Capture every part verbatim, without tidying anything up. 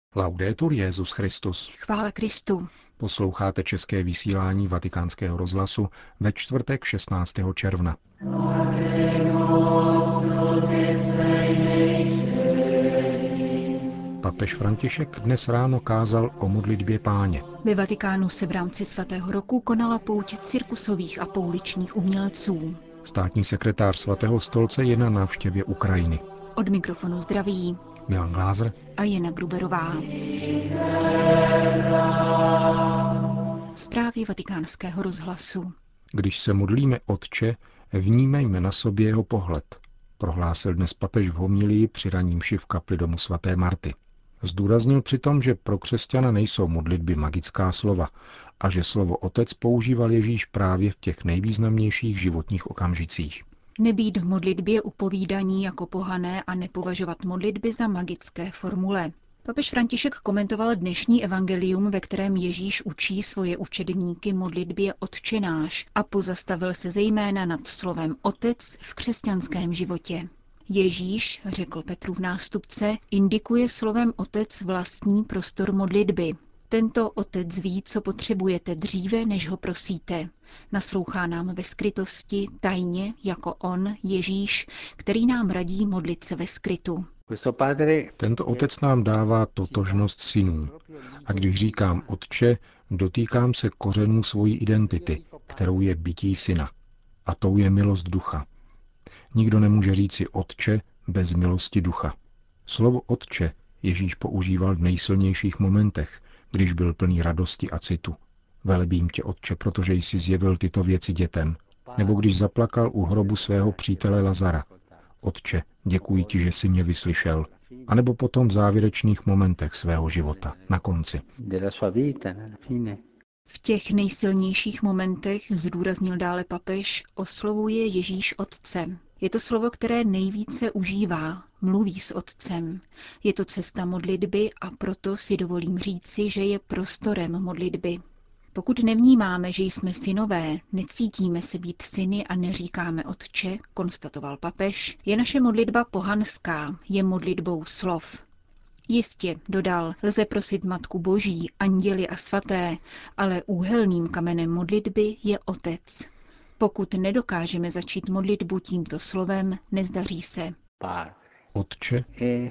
Laudetur Jesus Christus. Chvála Kristu. Posloucháte české vysílání Vatikánského rozhlasu ve čtvrtek šestnáctého června. Papež František dnes ráno kázal o modlitbě Páně. Ve Vatikánu se v rámci svatého roku konala pouť cirkusových a pouličních umělců. Státní sekretář svatého stolce je na návštěvě Ukrajiny. Od mikrofonu zdraví Milan Glázer a Jana Gruberová. Zprávy Vatikánského rozhlasu. Když se modlíme Otče, vnímejme na sobě jeho pohled, prohlásil dnes papež v homilii při ranní mši v kapli domu svaté Marty. Zdůraznil přitom, že pro křesťana nejsou modlitby magická slova a že slovo Otec používal Ježíš právě v těch nejvýznamnějších životních okamžicích. Nebýt v modlitbě upovídaní jako pohané a nepovažovat modlitby za magické formule. Papež František komentoval dnešní evangelium, ve kterém Ježíš učí svoje učedníky modlitbě Otče náš a pozastavil se zejména nad slovem Otec v křesťanském životě. Ježíš, řekl Petrův nástupce, indikuje slovem Otec vlastní prostor modlitby. Tento Otec ví, co potřebujete dříve, než ho prosíte. Naslouchá nám ve skrytosti, tajně, jako on, Ježíš, který nám radí modlit se ve skrytu. Tento Otec nám dává totožnost synů. A když říkám Otče, dotýkám se kořenů svojí identity, kterou je bytí syna. A tou je milost ducha. Nikdo nemůže říci Otče bez milosti ducha. Slovo Otče Ježíš používal v nejsilnějších momentech, když byl plný radosti a citu. Velebím tě, Otče, protože jsi zjevil tyto věci dětem. Nebo když zaplakal u hrobu svého přítele Lazara. Otče, děkuji ti, že jsi mě vyslyšel. A nebo potom v závěrečných momentech svého života, na konci. V těch nejsilnějších momentech, zdůraznil dále papež, oslovuje Ježíš Otce. Je to slovo, které nejvíce užívá, mluví s Otcem. Je to cesta modlitby a proto si dovolím říci, že je prostorem modlitby. Pokud nevnímáme, že jsme synové, necítíme se být syny a neříkáme Otče, konstatoval papež, je naše modlitba pohanská, je modlitbou slov. Jistě, dodal, lze prosit Matku Boží, anděli a svaté, ale úhelným kamenem modlitby je Otec. Pokud nedokážeme začít modlitbu tímto slovem, nezdaří se. Otče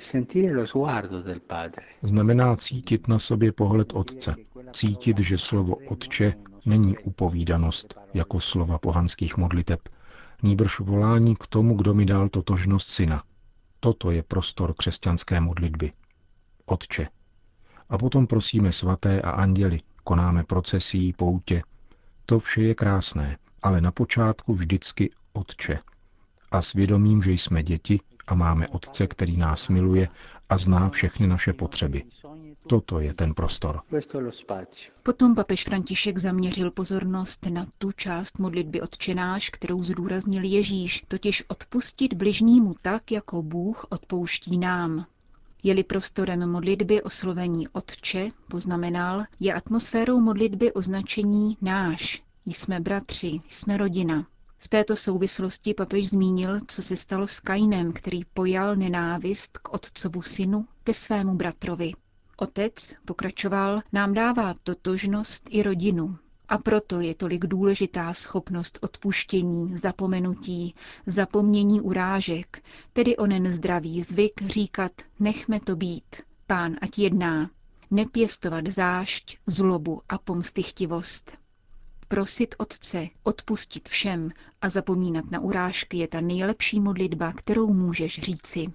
znamená cítit na sobě pohled Otce. Cítit, že slovo Otče není upovídanost, jako slova pohanských modliteb, nýbrž volání k tomu, kdo mi dal totožnost syna. Toto je prostor křesťanské modlitby. Otče. A potom prosíme svaté a anděli, konáme procesí, poutě. To vše je krásné, ale na počátku vždycky Otče. A svědomím, že jsme děti a máme Otce, který nás miluje a zná všechny naše potřeby. Toto je ten prostor. Potom papež František zaměřil pozornost na tu část modlitby Otče náš, kterou zdůraznil Ježíš, totiž odpustit bližnímu tak, jako Bůh odpouští nám. Je-li prostorem modlitby oslovení Otče, poznamenal, je atmosférou modlitby označení náš. Jsme bratři, jsme rodina. V této souvislosti papež zmínil, co se stalo s Kainem, který pojal nenávist k otcovu synu, ke svému bratrovi. Otec, pokračoval, nám dává totožnost i rodinu. A proto je tolik důležitá schopnost odpuštění, zapomenutí, zapomnění urážek, tedy onen zdravý zvyk říkat nechme to být, Pán ať jedná, nepěstovat zášť, zlobu a pomstychtivost. Prosit Otce, odpustit všem a zapomínat na urážky je ta nejlepší modlitba, kterou můžeš říci.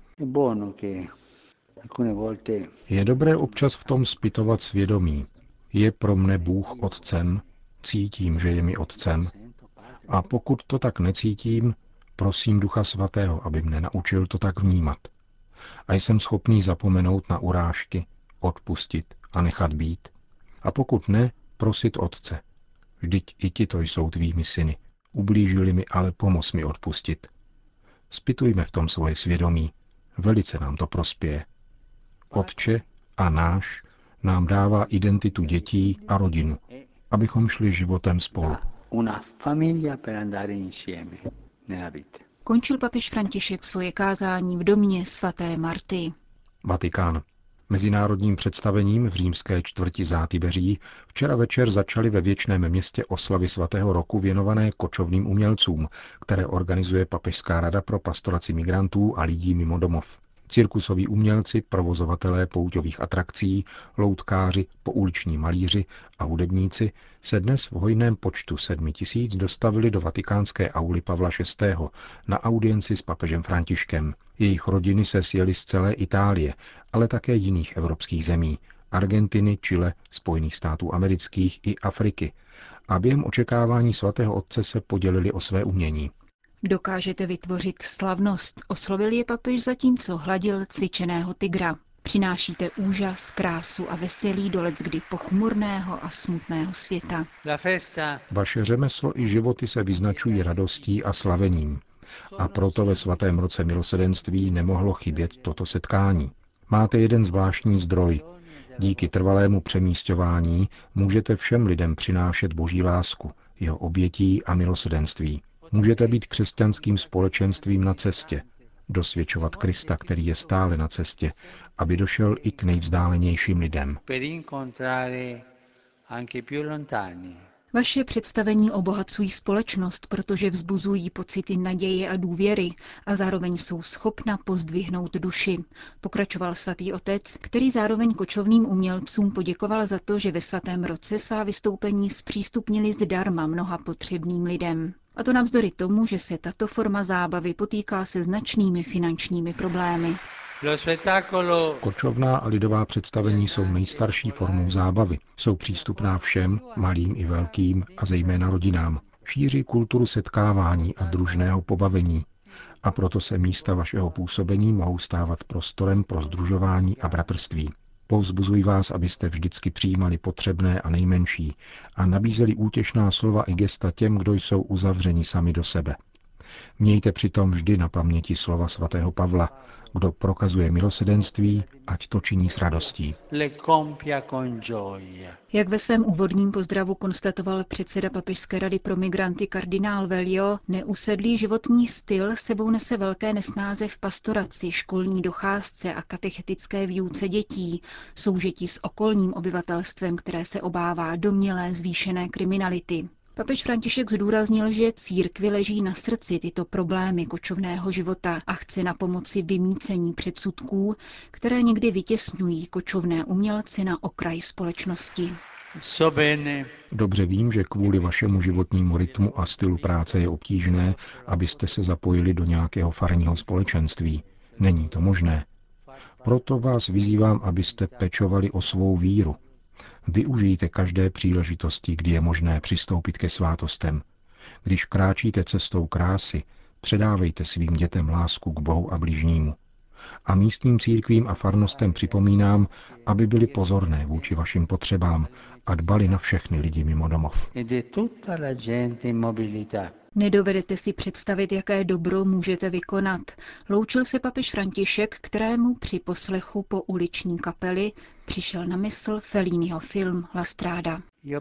Je dobré občas v tom zpytovat svědomí. Je pro mne Bůh Otcem, cítím, že je mi Otcem. A pokud to tak necítím, prosím Ducha Svatého, aby mne naučil to tak vnímat. A jsem schopný zapomenout na urážky, odpustit a nechat být. A pokud ne, prosit Otce. Vždyť i tito jsou tvými syny. Ublížili mi, ale pomoz mi odpustit. Zpytujme v tom svoje svědomí. Velice nám to prospěje. Otče a náš nám dává identitu dětí a rodinu, abychom šli životem spolu. Končil papež František svoje kázání v domě svaté Marty. Vatikán. Mezinárodním představením v římské čtvrti Zátybeří včera večer začaly ve Věčném Městě oslavy svatého roku věnované kočovným umělcům, které organizuje Papežská rada pro pastoraci migrantů a lidí mimo domov. Cirkusoví umělci, provozovatelé pouťových atrakcí, loutkáři, pouliční malíři a hudebníci se dnes v hojném počtu sedmi tisíc dostavili do vatikánské auly Pavla šestého. na audienci s papežem Františkem. Jejich rodiny se sjeli z celé Itálie, ale také jiných evropských zemí, Argentiny, Chile, Spojených států amerických i Afriky, a během očekávání svatého otce se podělili o své umění. Dokážete vytvořit slavnost, oslovil je papež zatímco hladil cvičeného tygra. Přinášíte úžas, krásu a veselí do leckdy pochmurného a smutného světa. Vaše řemeslo i životy se vyznačují radostí a slavením. A proto ve svatém roce milosedenství nemohlo chybět toto setkání. Máte jeden zvláštní zdroj. Díky trvalému přemísťování můžete všem lidem přinášet boží lásku, jeho obětí a milosedenství. Můžete být křesťanským společenstvím na cestě, dosvědčovat Krista, který je stále na cestě, aby došel i k nejvzdálenějším lidem. Vaše představení obohacují společnost, protože vzbuzují pocity naděje a důvěry a zároveň jsou schopna pozdvihnout duši, pokračoval svatý otec, který zároveň kočovným umělcům poděkoval za to, že ve svatém roce svá vystoupení zpřístupnili zdarma mnoha potřebným lidem. A to navzdory tomu, že se tato forma zábavy potýká se značnými finančními problémy. Kočovná a lidová představení jsou nejstarší formou zábavy. Jsou přístupná všem, malým i velkým, a zejména rodinám. Šíří kulturu setkávání a družného pobavení. A proto se místa vašeho působení mohou stávat prostorem pro sdružování a bratrství. Povzbuzuji vás, abyste vždycky přijímali potřebné a nejmenší a nabízeli útěšná slova i gesta těm, kdo jsou uzavřeni sami do sebe. Mějte přitom vždy na paměti slova svatého Pavla: kdo prokazuje milosedenství, ať to činí s radostí. Jak ve svém úvodním pozdravu konstatoval předseda Papežské rady pro migranty kardinál Velio, neusedlý životní styl sebou nese velké nesnáze v pastoraci, školní docházce a katechetické výuce dětí, soužití s okolním obyvatelstvem, které se obává domnělé zvýšené kriminality. Papež František zdůraznil, že církvi leží na srdci tyto problémy kočovného života a chce na pomoci vymýcení předsudků, které někdy vytěsňují kočovné umělce na okraj společnosti. Dobře vím, že kvůli vašemu životnímu rytmu a stylu práce je obtížné, abyste se zapojili do nějakého farního společenství. Není to možné. Proto vás vyzývám, abyste pečovali o svou víru. Využijte každé příležitosti, kdy je možné přistoupit ke svátostem. Když kráčíte cestou krásy, předávejte svým dětem lásku k Bohu a bližnímu. A místním církvím a farnostem připomínám, aby byli pozorné vůči vašim potřebám a dbali na všechny lidi mimo domov. Nedovedete si představit, jaké dobro můžete vykonat. Loučil se papež František, kterému při poslechu po uliční kapeli přišel na mysl Felliniho film La Strada.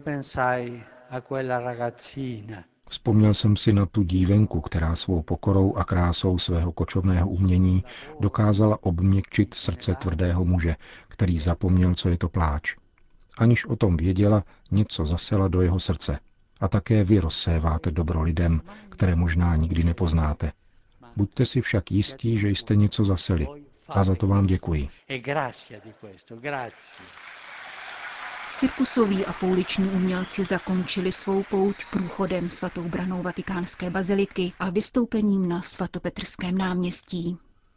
Vzpomněl jsem si na tu dívenku, která svou pokorou a krásou svého kočovného umění dokázala obměkčit srdce tvrdého muže, který zapomněl, co je to pláč. Aniž o tom věděla, něco zasela do jeho srdce. A také vy rozséváte dobro lidem, které možná nikdy nepoznáte. Buďte si však jistí, že jste něco zaseli. A za to vám děkuji. Cirkusoví a pouliční umělci zakončili svou pouť průchodem svatou branou vatikánské baziliky a vystoupením na svatopetrském náměstí.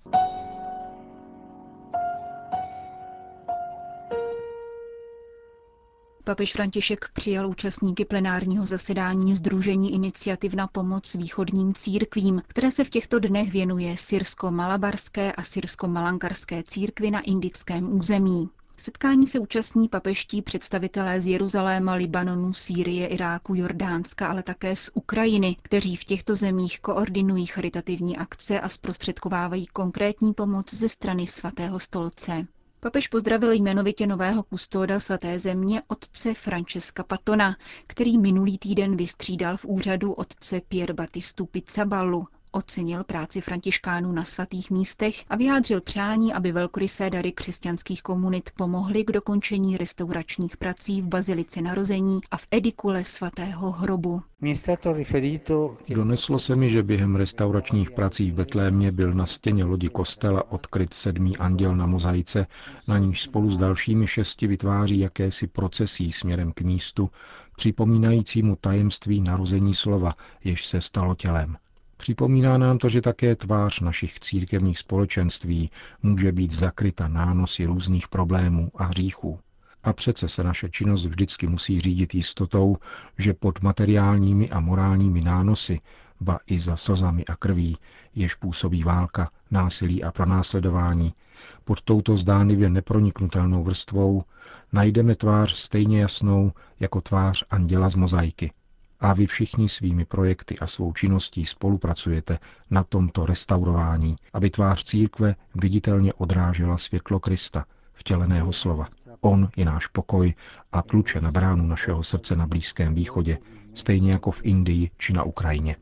Papež František přijal účastníky plenárního zasedání Sdružení iniciativ na pomoc východním církvím, které se v těchto dnech věnuje syrsko-malabarské a syrsko-malankarské církvi na indickém území. Setkání se účastní papežští představitelé z Jeruzaléma, Libanonu, Sýrie, Iráku, Jordánska, ale také z Ukrajiny, kteří v těchto zemích koordinují charitativní akce a zprostředkovávají konkrétní pomoc ze strany Svatého stolce. Papež pozdravil jmenovitě nového kustóda svaté země otce Francesca Patona, který minulý týden vystřídal v úřadu otce Pier Battistu Pizzaballu, ocenil práci františkánů na svatých místech a vyjádřil přání, aby velkorysé dary křesťanských komunit pomohly k dokončení restauračních prací v Bazilice Narození a v edikule svatého hrobu. Doneslo se mi, že během restauračních prací v Betlémě byl na stěně lodi kostela odkryt sedmý anděl na mozaice, na níž spolu s dalšími šesti vytváří jakési procesí směrem k místu, připomínajícímu tajemství narození slova, jež se stalo tělem. Připomíná nám to, že také tvář našich církevních společenství může být zakryta nánosy různých problémů a hříchů. A přece se naše činnost vždycky musí řídit jistotou, že pod materiálními a morálními nánosy, ba i za slzami a krví, jež působí válka, násilí a pronásledování, pod touto zdánlivě neproniknutelnou vrstvou najdeme tvář stejně jasnou jako tvář anděla z mozaiky. A vy všichni svými projekty a svou činností spolupracujete na tomto restaurování, aby tvář církve viditelně odrážela světlo Krista, vtěleného slova. On je náš pokoj a kluče na bránu našeho srdce na Blízkém východě, stejně jako v Indii či na Ukrajině.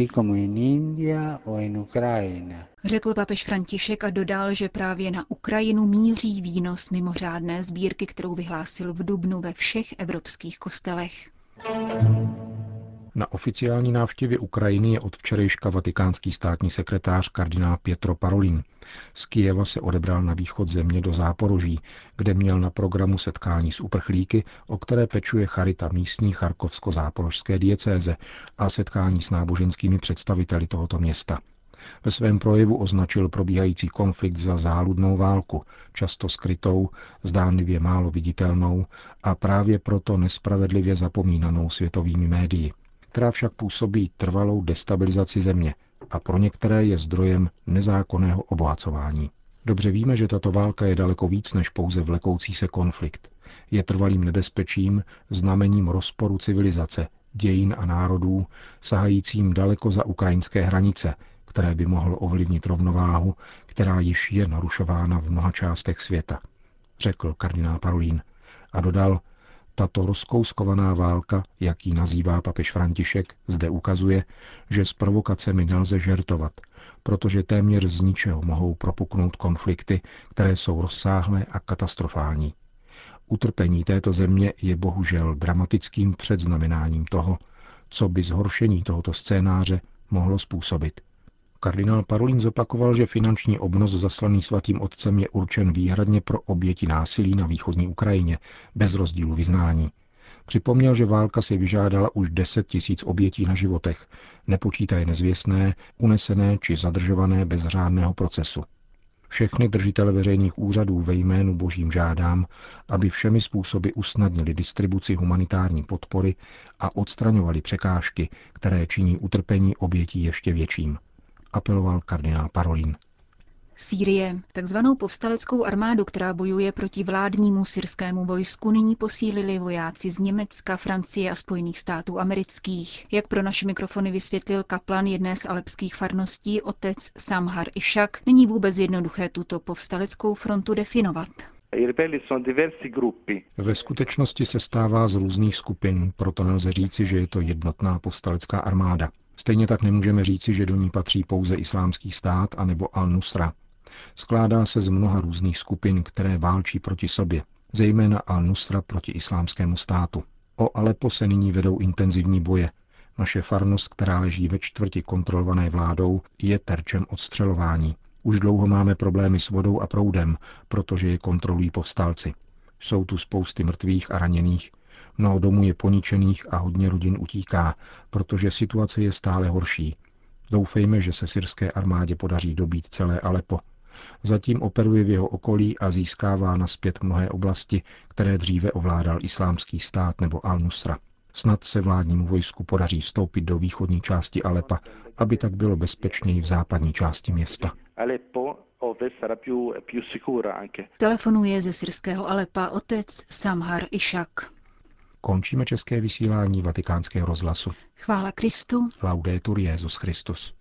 Řekl papež František a dodal, že právě na Ukrajinu míří výnos mimořádné sbírky, kterou vyhlásil v dubnu ve všech evropských kostelech. Na oficiální návštěvě Ukrajiny je od včerejška vatikánský státní sekretář kardinál Pietro Parolin. Z Kyjeva se odebral na východ země do Záporoží, kde měl na programu setkání s uprchlíky, o které pečuje charita místní charkovsko-záporožské diecéze, a setkání s náboženskými představiteli tohoto města. Ve svém projevu označil probíhající konflikt za záludnou válku, často skrytou, zdánlivě málo viditelnou a právě proto nespravedlivě zapomínanou světovými médii, která však působí trvalou destabilizaci země a pro některé je zdrojem nezákonného obohacování. Dobře víme, že tato válka je daleko víc než pouze vlekoucí se konflikt. Je trvalým nebezpečím, znamením rozporu civilizace, dějin a národů, sahajícím daleko za ukrajinské hranice, které by mohlo ovlivnit rovnováhu, která již je narušována v mnoha částech světa, řekl kardinál Parolin a dodal: tato rozkouskovaná válka, jak ji nazývá papež František, zde ukazuje, že s provokacemi nelze žertovat, protože téměř z ničeho mohou propuknout konflikty, které jsou rozsáhlé a katastrofální. Utrpení této země je bohužel dramatickým předznamenáním toho, co by zhoršení tohoto scénáře mohlo způsobit. Kardinál Parolin zopakoval, že finanční obnos zaslaný svatým otcem je určen výhradně pro oběti násilí na východní Ukrajině, bez rozdílu vyznání. Připomněl, že válka si vyžádala už deset tisíc obětí na životech, nepočítaje nezvěstné, unesené či zadržované bez řádného procesu. Všechny držitele veřejných úřadů ve jménu Božím žádám, aby všemi způsoby usnadnili distribuci humanitární podpory a odstraňovali překážky, které činí utrpení obětí ještě větším, apeloval kardinál Parolin. Sýrie. Takzvanou povstaleckou armádu, která bojuje proti vládnímu syrskému vojsku, nyní posílili vojáci z Německa, Francie a Spojených států amerických. Jak pro naše mikrofony vysvětlil kaplan jedné z alepských farností, otec Samhar Ishak, není vůbec jednoduché tuto povstaleckou frontu definovat. Ve skutečnosti se stává z různých skupin, proto nelze říci, že je to jednotná povstalecká armáda. Stejně tak nemůžeme říci, že do ní patří pouze Islámský stát anebo Al-Nusra. Skládá se z mnoha různých skupin, které válčí proti sobě, zejména Al-Nusra proti Islámskému státu. O Alepo se nyní vedou intenzivní boje. Naše farnost, která leží ve čtvrti kontrolované vládou, je terčem odstřelování. Už dlouho máme problémy s vodou a proudem, protože je kontrolují povstalci. Jsou tu spousty mrtvých a raněných. Mnoho domů je poničených a hodně rodin utíká, protože situace je stále horší. Doufejme, že se syrské armádě podaří dobít celé Alepo. Zatím operuje v jeho okolí a získává nazpět mnohé oblasti, které dříve ovládal Islámský stát nebo Al-Nusra. Snad se vládnímu vojsku podaří vstoupit do východní části Alepa, aby tak bylo bezpečněji v západní části města. Telefonuje ze syrského Alepa otec Samhar Ishak. Končíme české vysílání Vatikánského rozhlasu. Chvála Kristu. Laudetur Jesus Christus.